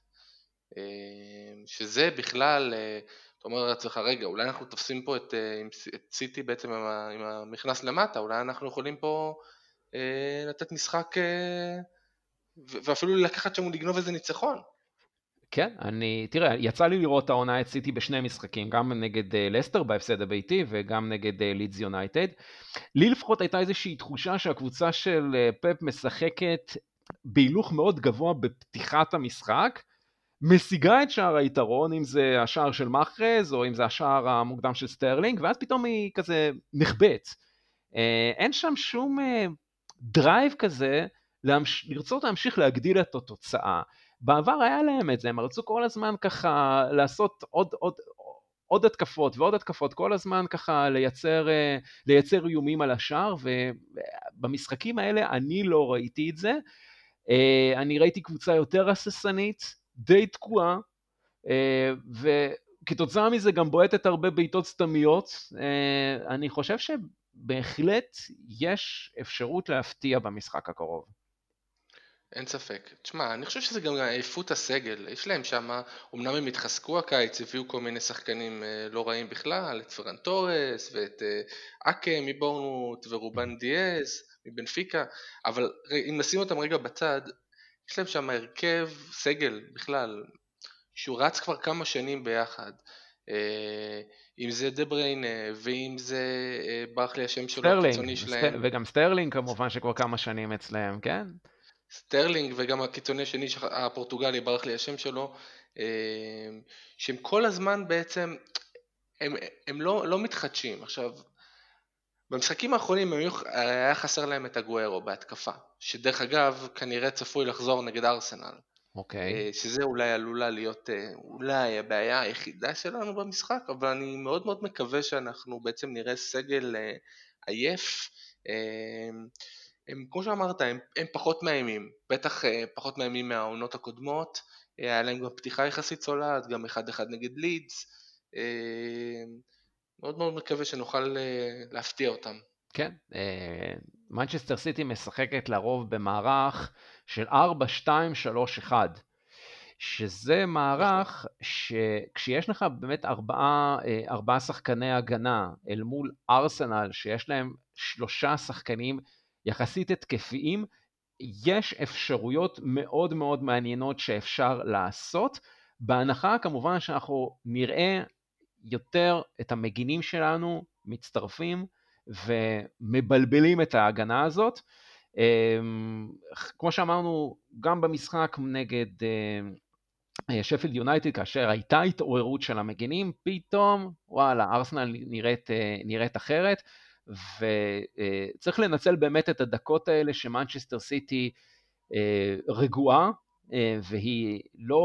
שזה בכלל, אתה אומר לעצמך, רגע, אולי אנחנו תופסים פה את סיטי בעצם עם המכנס למטה, אולי אנחנו יכולים פה לתת משחק, ואפילו לקחת שם ולגנוב איזה ניצחון. כן, תראה, יצא לי לראות העונה את סיטי בשני משחקים, גם נגד לסטר בהפסד הביתי, וגם נגד לידס יונייטד. לי לפחות הייתה איזושהי תחושה שהקבוצה של פפ משחקת בהילוך מאוד גבוה בפתיחת המשחק, משיגה את שער היתרון, אם זה השער של מחרז, או אם זה השער המוקדם של סטרלינג, ואז פתאום היא כזה נחבאת. אין שם שום דרייב כזה, לרצות להמשיך להגדיל את התוצאה. בעבר היה להם את זה, הם רצו כל הזמן ככה לעשות עוד התקפות ועוד התקפות, כל הזמן ככה לייצר איומים על השער, ובמשחקים האלה אני לא ראיתי את זה. אני ראיתי קבוצה יותר הססנית, די תקועה, וכתוצאה מזה גם בועטת הרבה בעיטות סתמיות. אני חושב שבהחלט יש אפשרות להפתיע במשחק הקרוב. אין ספק. תשמע, אני חושב שזה גם עייפות הסגל. יש להם שם, אמנם הם התחזקו הקיץ, הביאו כל מיני שחקנים לא רעים בכלל, את פרן טורס ואת אקה מבורנמוט ורובן דיאז מבנפיקה, אבל אם נשים אותם רגע בצד, יש להם שם הרכב סגל בכלל, שהוא רץ כבר כמה שנים ביחד. אם זה דבריין, ואם זה ברח לי השם שלו הקיצוני שלהם. וגם סטרלינג כמובן שכבר כמה שנים אצלהם, כן? סטרלינג וגם הקיצוני השני הפורטוגלי, ברח לי השם שלו, שהם כל הזמן בעצם, הם לא מתחדשים. עכשיו, במשחקים האחרונים היה חסר להם את הגוארו בהתקפה, שדרך אגב כנראה צפוי לחזור נגד ארסנל. אוקיי. שזה אולי עלולה להיות אולי הבעיה היחידה שלנו במשחק, אבל אני מאוד מאוד מקווה שאנחנו בעצם נראה סגל עייף. הם, כמו שאמרת, הם פחות מאיימים, בטח פחות מאיימים מהעונות הקודמות, היה להם גם פתיחה יחסית צולעת, גם 1-1 נגד לידס, מאוד מאוד מקווה שנוכל להפתיע אותם. כן, מנצ'סטר סיטי משחקת לרוב במערך של 4-2-3-1, שזה מערך שכשיש לך באמת ארבעה שחקני הגנה אל מול ארסנל, שיש להם 3 שחקנים יחסית התקפיים, יש אפשרויות מאוד מאוד מעניינות שאפשר לעשות, בהנחה כמובן שאנחנו נראה יותר את המגינים שלנו מצטרפים ומבלבלים את ההגנה הזאת. כמו שאמרנו, גם במשחק נגד שפילד יונייטד, כאשר הייתה התעוררות של המגינים, פתאום, וואלה, ארסנל נראית אחרת, וצריך לנצל באמת את הדקות האלה שמנצ'סטר סיטי רגועה, והיא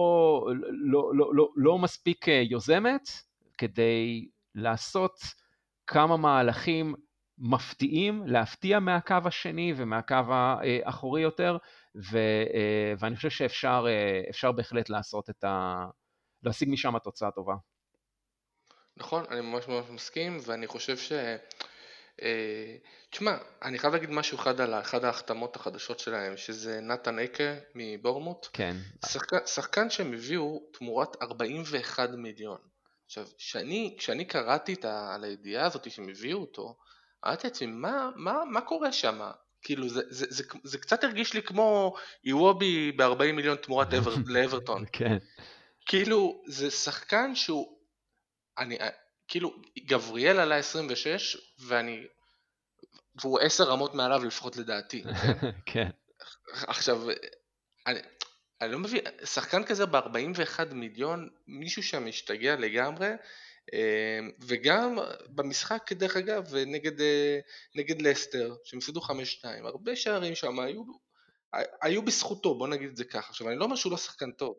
לא מספיק יוזמת, כדי לעשות כמה מהלכים מפתיעים, להפתיע מהקו השני ומהקו האחורי יותר, ואני חושב שאפשר בהחלט להשיג משם תוצאה טובה. נכון, אני ממש ממש מסכים, ואני חושב תשמע, אני חייב להגיד משהו אחד על אחת ההחתמות החדשות שלהם, שזה נתן אקה מבורמוט. כן. שחקן שהם הביאו תמורת 41 מיליון. עכשיו, כשאני קראתי על הידיעה הזאת שהם הביאו אותו, אמרתי לעצמי, מה קורה שם? כאילו, זה קצת הרגיש לי כמו איוובי ב-40 מיליון תמורת לאברטון. כן. כאילו, זה שחקן שהוא, כאילו, גבריאל עלה 26, והוא 10 רמות מעליו לפחות לדעתי, כן? כן. עכשיו, אני לא מבין, שחקן כזה ב-41 מיליון, מישהו שם משתגע לגמרי, וגם במשחק דרך אגב, נגד לסטר, שהם הפסידו 5-2, הרבה שערים שם היו בזכותו, בוא נגיד את זה ככה. עכשיו, אני לא אומר שהוא לא שחקן טוב.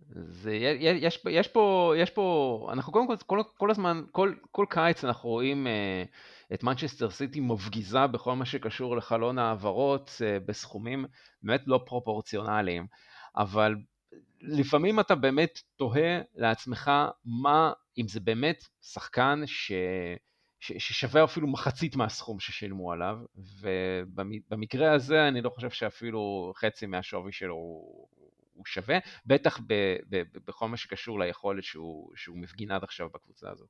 יש פה, אנחנו קודם כל הזמן, כל קיץ אנחנו רואים את מנצ'סטר סיטי מפגיזה בכל מה שקשור לחלון העברות בסכומים באמת לא פרופורציונליים, אבל לפעמים אתה באמת תוהה לעצמך אם זה באמת שחקן ששווה אפילו מחצית מהסכום ששילמו עליו, ובמקרה הזה אני לא חושב שאפילו חצי מהשווי שלו הוא שווה, בטח בכל מה שקשור ליכולת שהוא מפגין עד עכשיו בקבוצה הזאת.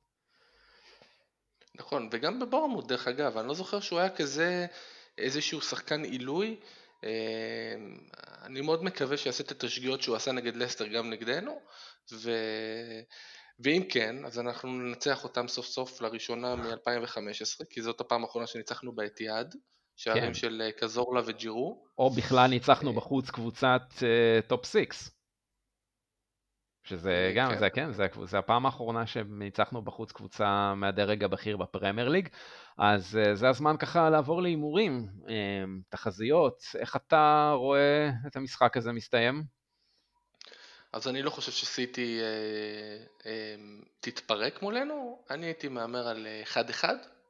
נכון, וגם בבורמוט דרך אגב, אני לא זוכר שהוא היה כזה איזשהו שחקן עילוי. אני מאוד מקווה שיעשה את התשגיאות שהוא עשה נגד לסטר גם נגדנו, ואם כן, אז אנחנו ננצח אותם סוף סוף לראשונה מ-2015, כי זאת הפעם האחרונה שניצחנו באתיאד, שערים של קזורלה וג'ירו. או בכלל ניצחנו בחוץ קבוצת טופ 6. שזה גם, זה הפעם האחרונה שניצחנו בחוץ קבוצה מהדרג הבכיר בפרמייר ליג, אז זה הזמן ככה לעבור להימורים, תחזיות, איך אתה רואה את המשחק הזה מסתיים? אז אני לא חושב שסיטי תתפרק מולנו, אני הייתי מאמר על 1-1.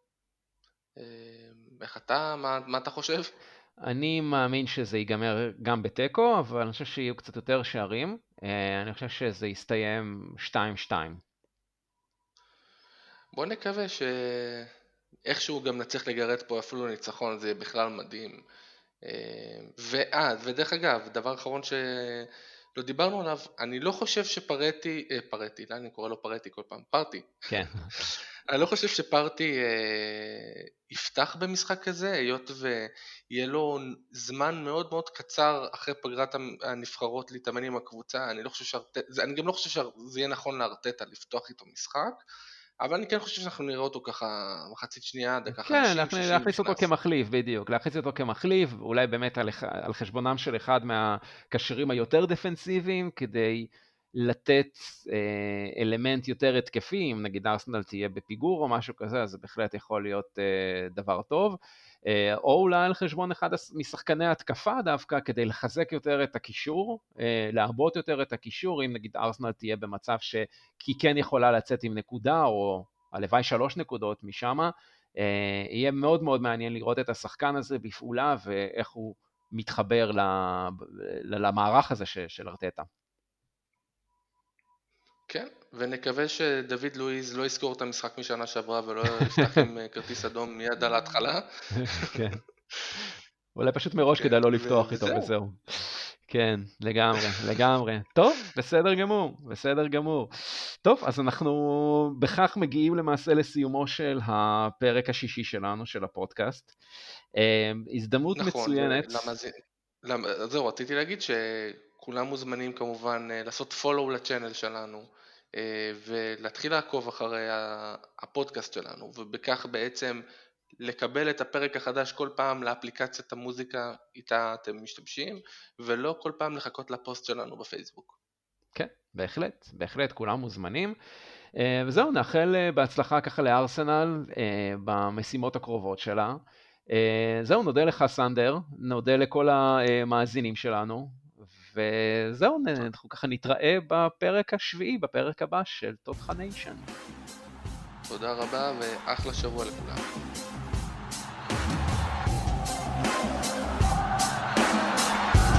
איך אתה, מה אתה חושב? אני מאמין שזה ייגמר גם בטקו, אבל אני חושב שיהיו קצת יותר שערים. אני חושב שזה יסתיים 2-2. בוא נקווה שאיכשהו גם נצליח לגרד פה אפילו ניצחון, זה בכלל מדהים. ודרך אגב, דבר אחרון שלא דיברנו עליו, אני לא חושב שפרטי, אני קורא לו פרטי כל פעם, פרטי. כן. אני לא חושב שפרטי יפתח במשחק כזה, היות ויהיה לו זמן מאוד מאוד קצר אחרי פגרת הנבחרות להתאמן עם הקבוצה. אני גם לא חושב שזה יהיה נכון לארטטה לפתוח איתו משחק, אבל אני כן חושב שאנחנו נראה אותו ככה מחצית שנייה, דקה 50-60. כן, להכניס אותו כמחליף, בדיוק. להכניס אותו כמחליף, אולי באמת על חשבונם של אחד מהקשרים היותר דפנסיביים, כדי לתת אלמנט יותר התקפי, אם נגיד ארסנל תהיה בפיגור או משהו כזה, אז זה בהחלט יכול להיות דבר טוב. או אולי על חשבון אחד משחקני התקפה דווקא, כדי לחזק יותר את הקישור, להרבות יותר את הקישור, אם נגיד ארסנל תהיה במצב שהיא כן יכולה לצאת עם נקודה, או הלוואי 3 נקודות משם, יהיה מאוד מאוד מעניין לראות את השחקן הזה בפעולה, ואיך הוא מתחבר למערך הזה של ארטטה. כן, ונקווה שדוד לואיז לא יזכור את המשחק משנה שעברה ולא יפתח עם כרטיס אדום מיד על ההתחלה. כן. אולי פשוט מראש כדאי לא לפתוח איתו וזהו. כן, לגמרי. טוב, בסדר גמור. טוב, אז אנחנו בכך מגיעים למעשה לסיומו של הפרק השישי שלנו, של הפודקאסט. הזדמנות מצוינת. זהו, רציתי להגיד שכולם מוזמנים כמובן לעשות follow לצ'אנל שלנו, ולהתחיל לעקוב אחרי הפודקאסט שלנו, ובכך בעצם לקבל את הפרק החדש כל פעם לאפליקציית המוזיקה איתה אתם משתמשים, ולא כל פעם לחכות לפוסט שלנו בפייסבוק. כן, בהחלט, כולם מוזמנים. וזהו, נאחל בהצלחה ככה לארסנל במשימות הקרובות שלה. זהו, נודה לך סנדר, נודה לכל המאזינים שלנו, וזהו, אנחנו ככה נתראה בפרק השביעי, בפרק הבא של תותחה ניישן. תודה רבה ואחלה שבוע לכולם.